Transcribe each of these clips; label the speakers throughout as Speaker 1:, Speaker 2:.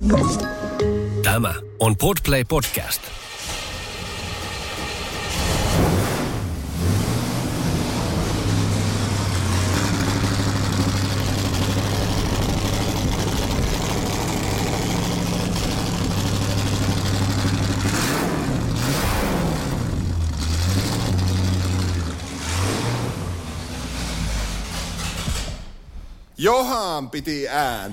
Speaker 1: Tämä on Podplay Podcast.
Speaker 2: Johan piti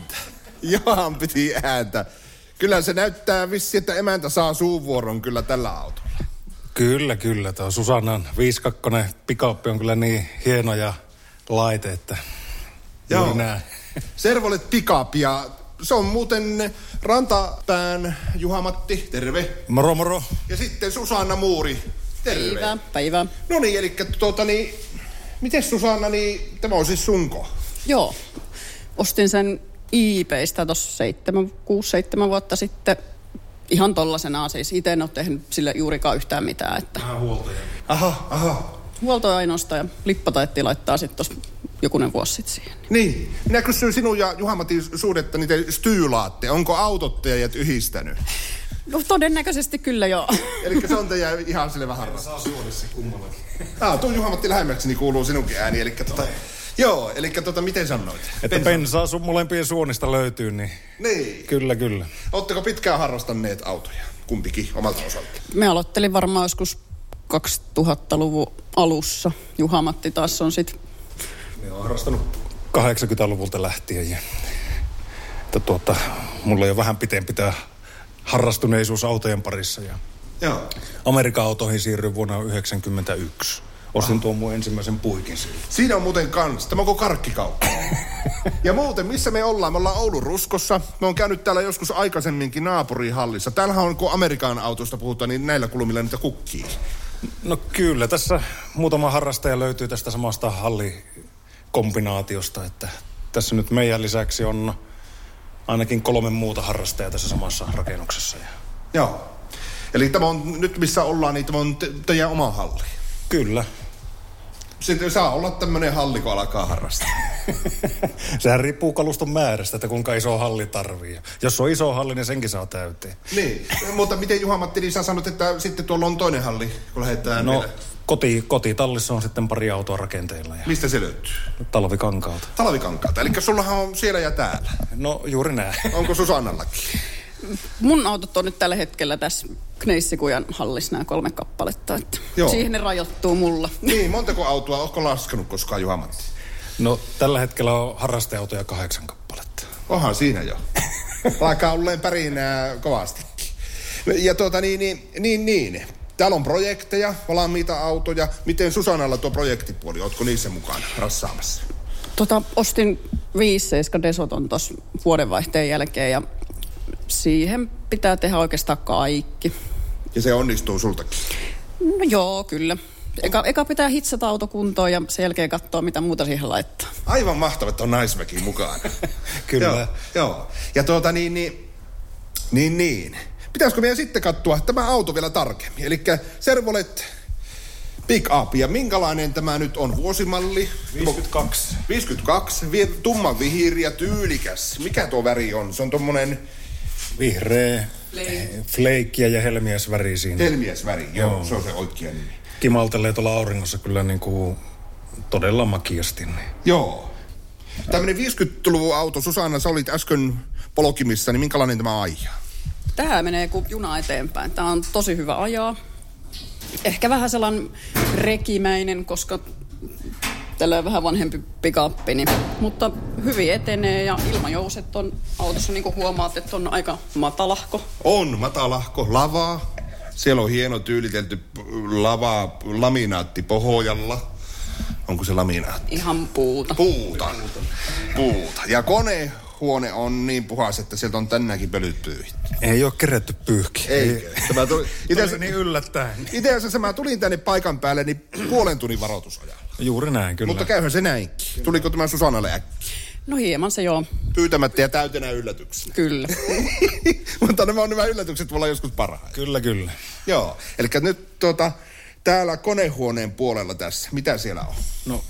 Speaker 2: ääntä. Kyllä se näyttää vissi, että emäntä saa suuvuoron kyllä tällä autolla.
Speaker 3: Kyllä. Tuo Susannan 52 pikauppi on kyllä niin hieno ja laite, että juuri näin.
Speaker 2: Servolet pikauppi ja se on muuten Rantapään Juha-Matti, terve.
Speaker 3: Moro.
Speaker 2: Ja sitten Susanna Muuri, terve.
Speaker 4: Päivää.
Speaker 2: No niin, eli mites Susanna, tämä on siis sunko?
Speaker 4: Joo, ostin sen eBaystä tuossa 6-7 vuotta sitten. Ihan tollasena siis. Itse en ole tehnyt sille juurikaan yhtään mitään. Että
Speaker 3: Huoltoja.
Speaker 2: Aha.
Speaker 4: Huoltoja ainoastaan ja lippa taettiin laittaa sitten tuossa jokunen vuosi sitten siihen.
Speaker 2: Niin, minä kysyin sinun ja Juha-Matin suhdetta niitä styylaatte. Onko autot teidät yhdistänyt?
Speaker 4: No todennäköisesti kyllä joo.
Speaker 2: Eli se on teidän ihan selvä harrastus.
Speaker 3: Saa suodissa kummallakin.
Speaker 2: Tuo Juha-Matti lähemmäksi niin kuuluu sinunkin ääni, eli Joo, eli miten sanoit?
Speaker 3: Että bensaa sun molempien suonista löytyy, niin...
Speaker 2: Niin.
Speaker 3: Kyllä.
Speaker 2: Oletteko pitkään harrastaneet autoja? Kumpikin omalta osalta?
Speaker 4: Me aloittelin varmaan joskus 2000-luvun alussa. Juha-Matti taas on sitten...
Speaker 3: Me on harrastanut 80-luvulta lähtien ja... mulla on jo vähän pitempi tää harrastuneisuus autojen parissa ja...
Speaker 2: Joo.
Speaker 3: Amerikan autoihin siirryin vuonna 1991. Ostin tuon mun ensimmäisen puikin siitä.
Speaker 2: Siinä on muuten kans. Tämä onko karkkikauppa? Ja muuten, missä me ollaan? Me ollaan Oulun Ruskossa. Me on käynyt täällä joskus aikaisemminkin naapurihallissa. Täällähän on, kun Amerikan autosta puhutaan, niin näillä kulmilla niitä kukkii.
Speaker 3: No kyllä, tässä muutama harrastaja löytyy tästä samasta hallikombinaatiosta, että tässä nyt meidän lisäksi on ainakin 3 muuta harrastajaa tässä samassa rakennuksessa.
Speaker 2: Joo. Eli tämä on nyt missä ollaan, niin tämä on teidän oma halli.
Speaker 3: Kyllä.
Speaker 2: Sitten saa olla tämmöinen halli, kun alkaa harrastaa.
Speaker 3: Sehän riippuu kaluston määrästä, että kuinka iso halli tarvii. Jos on iso halli, niin senkin saa täyteen.
Speaker 2: Niin, mutta miten Juha-Matti, niin sä sanot, että sitten tuolla on toinen halli, kun lähdetään...
Speaker 3: No, kotitallissa on sitten pari autoa rakenteilla. Ja
Speaker 2: mistä se löytyy?
Speaker 3: Talvikankaalta.
Speaker 2: Talvikankaalta, eli sullahan on siellä ja täällä.
Speaker 3: No, juuri näin.
Speaker 2: Onko Susannallakin?
Speaker 4: Mun autot on nyt tällä hetkellä tässä Kneissikujan hallissa nämä 3 kappaletta, että siihen ne rajoittuu mulla.
Speaker 2: Niin, montako autoa, ootko laskenut koskaan Juha-Matti?
Speaker 3: No, tällä hetkellä on harrasteautoja 8 kappaletta.
Speaker 2: Onhan siinä jo. Alkaa olleen pärinää kovastikin. Ja niin. Täällä on projekteja, valmiita autoja. Miten Susannalla tuo projektipuoli? Ootko niissä mukana rassaamassa?
Speaker 4: Ostin 5.7 Desoton tuossa vuodenvaihteen jälkeen ja siihen pitää tehdä oikeastaan kaikki.
Speaker 2: Ja se onnistuu sultakin?
Speaker 4: No joo, kyllä. Eka pitää hitsata auto kuntoon ja sen jälkeen katsoa, mitä muuta siihen laittaa.
Speaker 2: Aivan mahtavaa, että on naisväki mukana.
Speaker 3: Kyllä.
Speaker 2: Joo. Ja niin. Pitäisikö meidän sitten katsoa tämä auto vielä tarkemmin? Eli Servolet Pick Up. Ja minkälainen tämä nyt on? Vuosimalli?
Speaker 3: 52.
Speaker 2: 52. Tumman vihreä, tyylikäs. Mikä tuo väri on? Se on tommonen...
Speaker 3: Vihreä, fleikkiä ja helmiäsväri siinä.
Speaker 2: Helmiäsväri, joo. Se on se oikea nimi.
Speaker 3: Kimaltelee tuolla auringossa kyllä niinku todella makiasti. Niin.
Speaker 2: Joo. Tämmönen 50-luvun auto, Susanna, sä olit äsken polkimissa, niin minkälainen tämä ajaa?
Speaker 4: Tää menee kuin juna eteenpäin. Tää on tosi hyvä ajaa. Ehkä vähän sellainen rekimäinen, koska tällä on vähän vanhempi pikappi, niin, mutta hyvin etenee ja ilmajouset on autossa, niin kuin huomaat, että on aika matalahko.
Speaker 2: On matalahko, lavaa. Siellä on hieno tyylitelty laminaatti pohjalla. Onko se laminaatti?
Speaker 4: Ihan puuta.
Speaker 2: Puuta. Ja konehuone on niin puhas, että sieltä on tänäänkin pölyt pyyhitty.
Speaker 3: Ei ole kerätty pyyhki.
Speaker 2: Ei. Tämä tuli
Speaker 3: niin yllättäen.
Speaker 2: Itse asiassa mä tulin tänne paikan päälle niin 0,5 tunnin varoitusajalla.
Speaker 3: Juuri näin, kyllä.
Speaker 2: Mutta käyhän se näinkin. Tuliko tämä Susannalle äkkiä?
Speaker 4: No hieman se joo.
Speaker 2: Pyytämättä ja täytenä yllätyksenä.
Speaker 4: Kyllä.
Speaker 2: Mutta nämä yllätykset voi olla joskus parhaita.
Speaker 3: Kyllä.
Speaker 2: Joo. Eli nyt täällä konehuoneen puolella tässä. Mitä siellä on?
Speaker 3: No,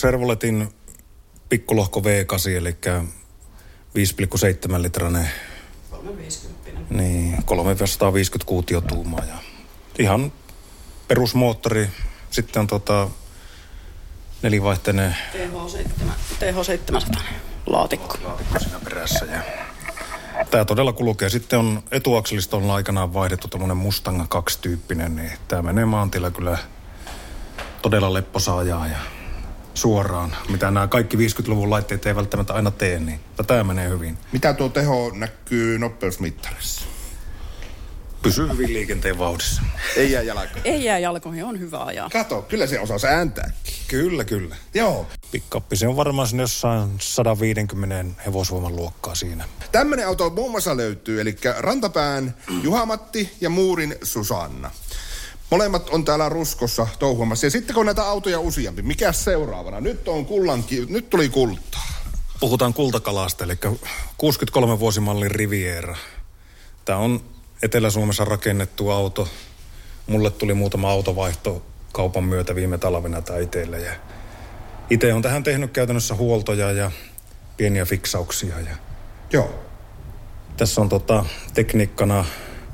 Speaker 3: perusservoletin pikkulohko V8, eli 5,7 litrainen
Speaker 4: 350.
Speaker 3: Niin, 350 kuutiotuumaa ja ihan perusmoottori. Sitten on nelivaihteinen
Speaker 4: TH700 laatikko.
Speaker 3: Laatikko siinä perässä ja tämä todella kulkee. Sitten on etuakselista on aikanaan vaihdettu tämmöinen Mustang 2-tyyppinen, niin tämä menee maantiellä kyllä todella lepposa ajaa ja suoraan. Mitä nämä kaikki 50-luvun laitteet ei välttämättä aina tee, niin tämä menee hyvin.
Speaker 2: Mitä tuo teho näkyy nopeusmittarissa?
Speaker 3: Pysyy hyvin liikenteen vauhdissa.
Speaker 2: Ei jää jalkoihin.
Speaker 4: Ei jää jalkoihin, on hyvä ajaa.
Speaker 2: Kato, kyllä se osaa ääntääkin.
Speaker 3: Kyllä.
Speaker 2: Joo.
Speaker 3: Pick-up, se on varmaan sinne jossain 150 hevosvoiman luokkaa siinä.
Speaker 2: Tämmöinen auto muun muassa löytyy, eli Rantapään Juha-Matti ja Muurin Susanna. Molemmat on täällä Ruskossa touhuamassa. Ja sitten kun näitä autoja useampi, mikä seuraavana? Nyt tuli kultaa.
Speaker 3: Puhutaan kultakalasta, eli 63 vuosimallin Riviera. Tämä on Etelä-Suomessa rakennettu auto. Mulle tuli muutama autovaihto kaupan myötä viime talvena tai itselle. Ja itse on tähän tehnyt käytännössä huoltoja ja pieniä fiksauksia. Ja
Speaker 2: Joo.
Speaker 3: tässä on tekniikkana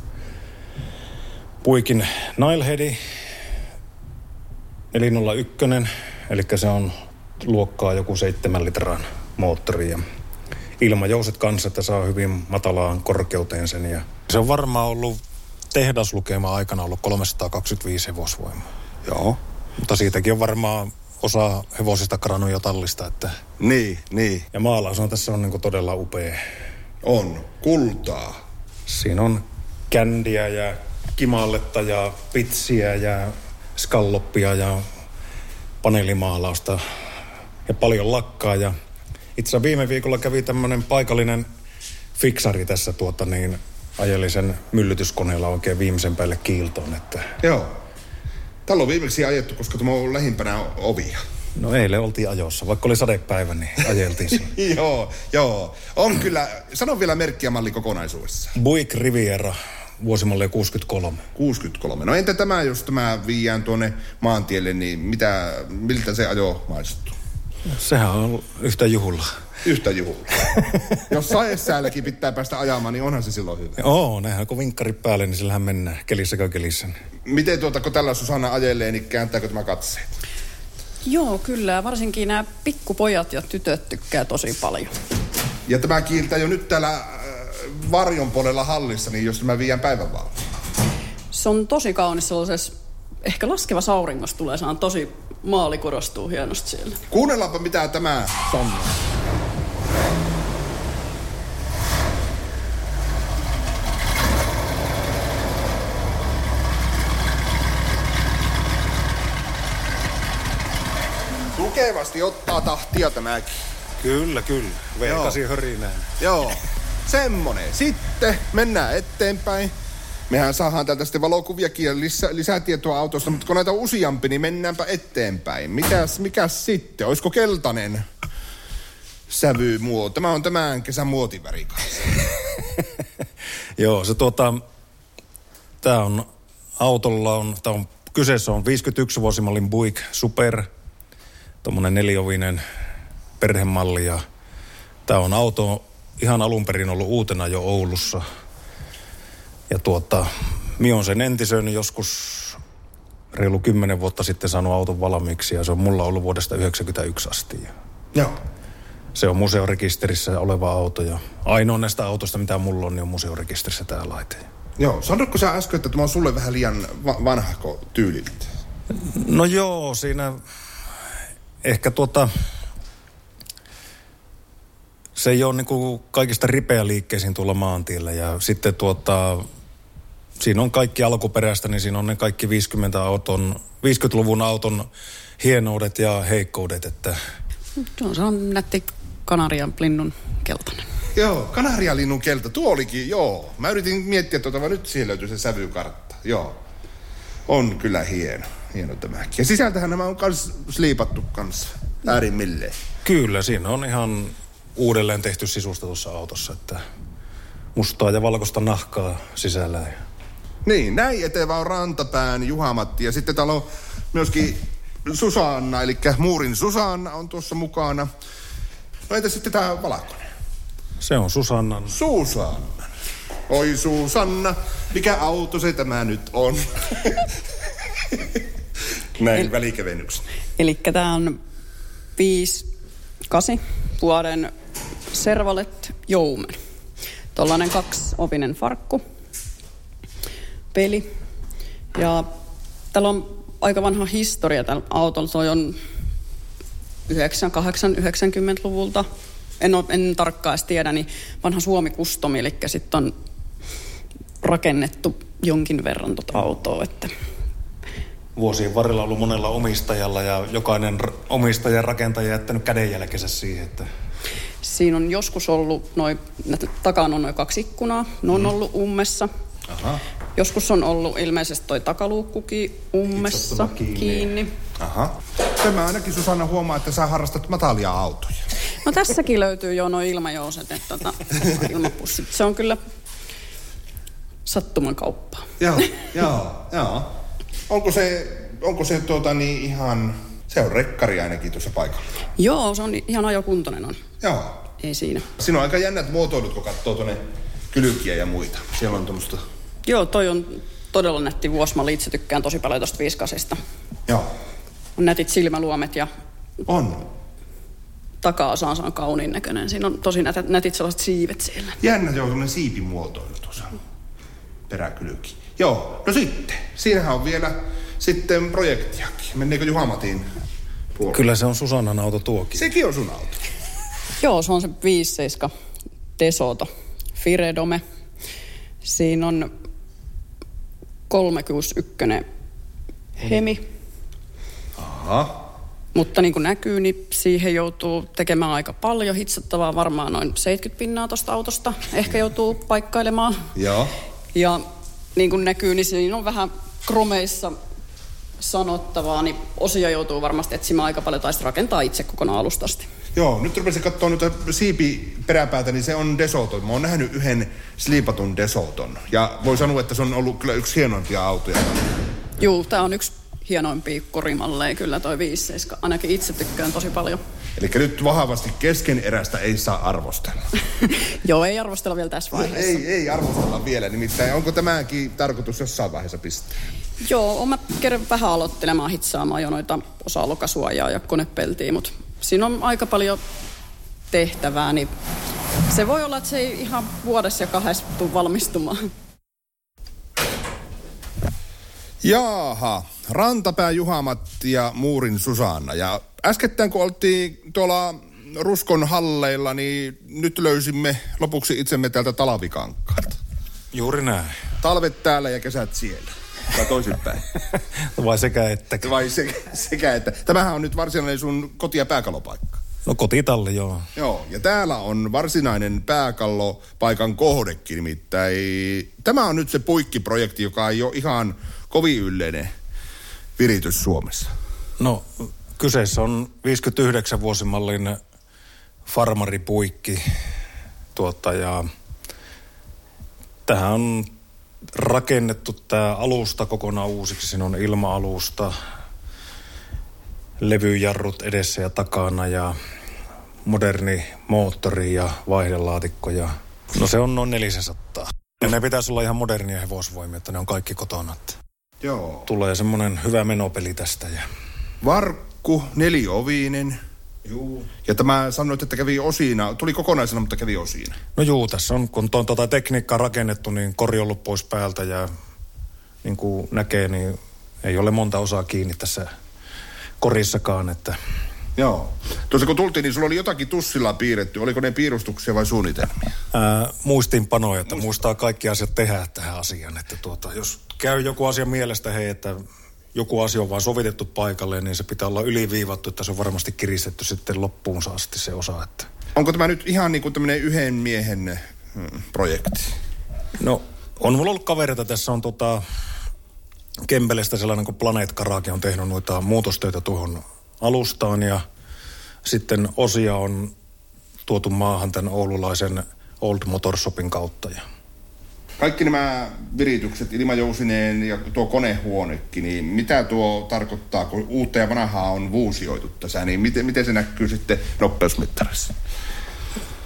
Speaker 3: Buickin Nilehead 401, eli se on luokkaa joku 7 litran moottori ja ilmajouset kanssa, että saa hyvin matalaan korkeuteen sen. Ja se on varmaan ollut tehdaslukema aikana ollut 325 hevosvoimaa.
Speaker 2: Joo.
Speaker 3: Mutta siitäkin on varmaan osa hevosista karannut jo tallista. Että
Speaker 2: Niin.
Speaker 3: ja maalaus on tässä on niin kuin todella upea.
Speaker 2: On. Kultaa.
Speaker 3: Siinä on kändiä ja kimalletta ja pitsiä ja skalloppia ja paneelimaalausta ja paljon lakkaa. Ja itse asiassa viime viikolla kävi tämmöinen paikallinen fiksari tässä ajellisen myllytyskoneella oikein viimeisen päälle kiiltoon. Että
Speaker 2: Joo. Täällä on viimeksi ajettu, koska tämä on lähimpänä ovia.
Speaker 3: no eilen oltiin ajossa, vaikka oli sadepäivä, niin ajeltiin siinä.
Speaker 2: Joo. On kyllä, sano vielä merkki ja malli kokonaisuudessa.
Speaker 3: Buick Riviera, vuosimalli 63.
Speaker 2: 63. No entä tämä, jos tämä viiään tuonne maantielle, niin miltä se ajo maistuu?
Speaker 3: Sehän on yhtä juhla.
Speaker 2: Yhtä juhla. Jos saessäälläkin pitää päästä ajamaan, niin onhan se silloin hyvä.
Speaker 3: Joo, nehän kun vinkkarit päälle, niin sillähän mennään kelissäkö kelissä.
Speaker 2: Miten kun tällä Susanna ajelee, niin kääntääkö tämä katseet?
Speaker 4: Joo, kyllä. Varsinkin nämä pikkupojat ja tytöt tykkää tosi paljon.
Speaker 2: Ja tämä kiiltää jo nyt täällä varjon puolella hallissa, niin jos tämä viiään päivänvaloon.
Speaker 4: Se on tosi kaunis sellaisessa, ehkä laskevassa auringossa tulee, se on tosi maali korostuu hienosti siellä.
Speaker 2: Kuunnellaanpa mitä tämä sanoo. Tukevasti ottaa tahtia tämäkin.
Speaker 3: Kyllä. V8 hörinään.
Speaker 2: Joo, semmonen. Sitten mennään eteenpäin. Mehän saadaan täältä sitten valokuviakin ja lisää tietoa autosta, mutta kun näitä on useampi, niin mennäänpä eteenpäin. Mikäs sitten? Olisiko keltainen sävymuoto? Tämä on tämän kesän muotiväri kanssa.
Speaker 3: Joo, se tää on autolla kyseessä on 51 vuosimallin Buick Super, tommonen 4-ovinen perhemalli ja tää on auto ihan alun perin ollut uutena jo Oulussa. Ja minä olen sen entisön joskus reilu 10 vuotta sitten saanut auton valmiiksi ja se on mulla ollut vuodesta 1991 asti.
Speaker 2: Joo.
Speaker 3: Se on museorekisterissä oleva auto ja ainoa näistä autosta, mitä mulla on, niin on museorekisterissä tää laite.
Speaker 2: Joo, sanoitko sä äsken, että tämä on sulle vähän liian vanhako tyyliltä?
Speaker 3: No joo, siinä ehkä se ei ole niinku kaikista ripeä liikkeisiin tuolla maantiellä ja sitten siinä on kaikki alkuperäistä, niin siinä on ne kaikki 50-luvun auton hienoudet ja heikkoudet, että
Speaker 4: Se on nätti kanarianlinnun keltainen.
Speaker 2: Joo, kanarialinnun kelta. Tuo olikin, joo. Mä yritin miettiä vaan nyt siihen löytyy se sävykartta. Joo. On kyllä hieno tämäkin. Ja sisältähän nämä on kans sliipattu kanssa äärimmilleen.
Speaker 3: kyllä siinä on ihan uudelleen tehty sisusta tuossa autossa, että mustaa ja valkoista nahkaa sisällä.
Speaker 2: Niin, näin etevä on Rantapään Juha-Matti. Ja sitten täällä on myöskin Susanna, eli Muurin Susanna on tuossa mukana. No entä sitten tää valkoinen?
Speaker 3: Se on Susannan.
Speaker 2: Susanna. Oi Susanna, mikä auto se tämä nyt on? Näin välikevennyksen.
Speaker 4: Elikkä tää on 5.8 vuoden Servalet Joumen. Tollainen 2-ovinen farkku. Peli. Ja täällä on aika vanha historia tällä autolla. Toi on 90-luvulta. En tarkkaan edes tiedä, niin vanha Suomi Customi, eli sitten on rakennettu jonkin verran autoa. Että.
Speaker 3: Vuosien varrella ollut monella omistajalla ja jokainen omistaja ja rakentaja jättänyt kädenjälkensä siihen, että...
Speaker 4: Siinä on joskus ollut, takana on noin 2 ikkunaa, ne on ollut ummessa.
Speaker 2: Aha.
Speaker 4: Joskus on ollut ilmeisesti toi takaluukkukin ummessa kiinni.
Speaker 2: Aha. Tämä ainakin Susanna huomaa, että sä harrastat matalia autoja.
Speaker 4: No tässäkin löytyy jo nuo ilmajouset, että ilmapussit. Se on kyllä sattuman kauppaa.
Speaker 2: Joo. Onko se ihan... Se on rekkari ainakin tuossa paikalla.
Speaker 4: Joo, se on ihan ajokuntoinen on.
Speaker 2: Joo.
Speaker 4: Ei siinä.
Speaker 2: Siinä on aika jännät muotoilut, kun katsoo tuonne kylkiä ja muita. Siellä on tuommoista...
Speaker 4: Joo, toi on todella nätti vuosimalli. Itse tykkään tosi paljon tosta 5.8.
Speaker 2: Joo.
Speaker 4: On nätit silmäluomet ja...
Speaker 2: On.
Speaker 4: Taka-osansa on kauniin näköinen. Siinä on tosi nätit sellaiset siivet siellä.
Speaker 2: Jännä, se on semmoinen siipimuotoilu tuossa peräkylki. Joo, no sitten. Siinähän on vielä sitten projektiakin. Menneekö Juha-Matin puolelle?
Speaker 3: Kyllä se on Susannan auto tuokin.
Speaker 2: Sekin on sun auto.
Speaker 4: Joo, se on se 5.7 DeSoto Firedome. Siinä on 361 Hemi.
Speaker 2: Aha.
Speaker 4: Mutta niin kuin näkyy, niin siihen joutuu tekemään aika paljon. Hitsattavaa varmaan noin 70% tuosta autosta. Ehkä joutuu paikkailemaan.
Speaker 2: Joo.
Speaker 4: Ja niin kuin näkyy, niin siinä on vähän kromeissa sanottavaa, niin osia joutuu varmasti etsimään aika paljon tai rakentaa itse kokonaan alustasti.
Speaker 2: Joo, nyt rupesin katsoa noita siipiperäpäätä, niin se on DeSoto. Mä oon nähnyt yhden sliipatun DeSoton. Ja voi sanoa, että se on ollut kyllä yksi hienoimpia autoja.
Speaker 4: Juu, tää on yksi hienoimpia korimalleja kyllä toi 5.7. Ainakin itse tykkään tosi paljon.
Speaker 2: Eli nyt vahvasti keskeneräistä ei saa arvostella.
Speaker 4: Joo, ei arvostella vielä tässä vaiheessa.
Speaker 2: Ei arvostella vielä, nimittäin onko tämäkin tarkoitus jossain vaiheessa pistää?
Speaker 4: Joo, oon mä kerran vähän aloittelemaan hitsaamaan jo noita osa-lokasuojaa ja konepeltiä, mutta siinä on aika paljon tehtävää, niin se voi olla, että se ei ihan vuodessa ja 2 tule valmistumaan.
Speaker 2: Jaaha, Rantapää Juha-Matti ja Muurin Susanna. Ja äskettäin kun oltiin tuolla Ruskon halleilla, niin nyt löysimme lopuksi itsemme täältä talvikankaalta.
Speaker 3: Juuri näin.
Speaker 2: Talvet täällä ja kesät siellä. Tai toisinpäin.
Speaker 3: Vai sekä että?
Speaker 2: Vai sekä että. Tämähän on nyt varsinainen sun koti- ja pääkallopaikka.
Speaker 3: No kotitalli, joo.
Speaker 2: Joo, ja täällä on varsinainen pääkallopaikan kohdekin, nimittäin tämä on nyt se puikkiprojekti, joka ei ole ihan kovin yleinen viritys Suomessa.
Speaker 3: No, kyseessä on 59 vuosimallin farmaripuikki ja tähän on rakennettu tämä alusta kokonaan uusiksi. Siinä on ilma-alusta, levyjarrut edessä ja takana ja moderni moottori ja vaihdelaatikko. No se on noin 400. Ja ne pitäisi olla ihan modernia hevosvoimia, että ne on kaikki kotona.
Speaker 2: Joo.
Speaker 3: Tulee semmoinen hyvä menopeli tästä.
Speaker 2: Varkku, 4-ovinen. Juu. Ja tämä sanoit, että kävi osina. Tuli kokonaisena, mutta kävi osina.
Speaker 3: No juu, tässä on, kun on tekniikkaa rakennettu, niin kori on ollut pois päältä ja niin kuin näkee, niin ei ole monta osaa kiinni tässä korissakaan, että...
Speaker 2: Joo. Tuossa kun tultiin, niin sulla oli jotakin tussilla piirretty. Oliko ne piirustuksia vai suunnitelmia?
Speaker 3: Muistiinpanoja, että muistaa kaikki asiat tehdä tähän asiaan. Että jos käy joku asia mielestä, että joku asia on vaan sovitettu paikalle, niin se pitää olla yliviivattu, että se on varmasti kiristetty sitten loppuunsa asti se osa. Että...
Speaker 2: Onko tämä nyt ihan niin kuin tämmöinen yhden miehen projekti?
Speaker 3: No, on mulla ollut kavereita. Tässä on Kempelestä sellainen kuin Planet Garage on tehnyt noita muutostöitä tuohon alustaan ja sitten osia on tuotu maahan tämän oululaisen Old Motor Shopin kautta.
Speaker 2: Kaikki nämä viritykset, ilmajousineen ja tuo konehuonekin, niin mitä tuo tarkoittaa, kun uutta ja vanhaa on vuusioitu tässä, niin miten se näkyy sitten nopeusmittarissa?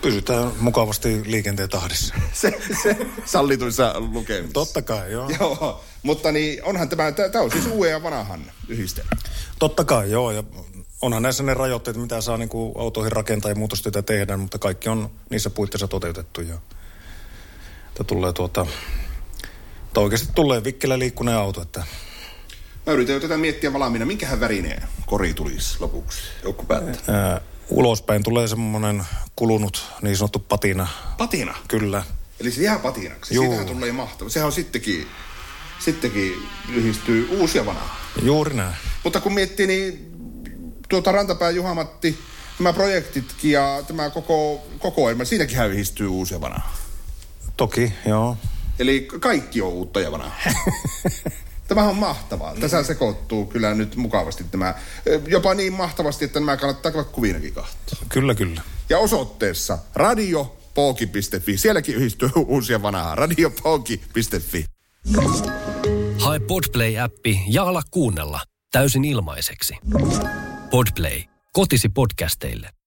Speaker 3: Pysytään mukavasti liikenteen tahdissa.
Speaker 2: se sallituissa lukemissa.
Speaker 3: Totta kai, joo.
Speaker 2: Joo, mutta niin onhan tämä on siis uuden ja vanhan yhdistelmä.
Speaker 3: Totta kai, joo. Ja onhan näissä ne rajoitteet, mitä saa niin kuin autoihin rakentaa ja muutostyötä tehdä, mutta kaikki on niissä puitteissa toteutettu. Ja tulee oikeasti tulee vikkelä liikkuneen auto, että...
Speaker 2: Mä yritän jo tätä miettiä valmiina. Minkähän värinen kori tulisi lopuksi? Joku päättää.
Speaker 3: Ulospäin tulee semmoinen kulunut niin sanottu patina.
Speaker 2: Patina?
Speaker 3: Kyllä.
Speaker 2: Eli se jää patinaksi. Siitähän tulee mahtava. Sehän on sittenkin yhdistyy uusi ja vanha.
Speaker 3: Juuri näin.
Speaker 2: Mutta kun miettii, niin Rantapään Juha-Matti, nämä projektitkin ja tämä koko kokoelma, siinäkin yhdistyy uusi ja vanha.
Speaker 3: Toki, joo.
Speaker 2: Eli kaikki on uutta ja vanhaa. Tämähän on mahtavaa. Tässä sekoittuu kyllä nyt mukavasti tämä. Jopa niin mahtavasti, että nämä kannattaa kuvinakin kahtoa.
Speaker 3: Kyllä, kyllä.
Speaker 2: Ja osoitteessa radiopooki.fi. Sielläkin yhdistyy uusia vanhaa. Radiopooki.fi.
Speaker 1: Hae Podplay-appi ja ala kuunnella täysin ilmaiseksi. Podplay. Kotisi podcasteille.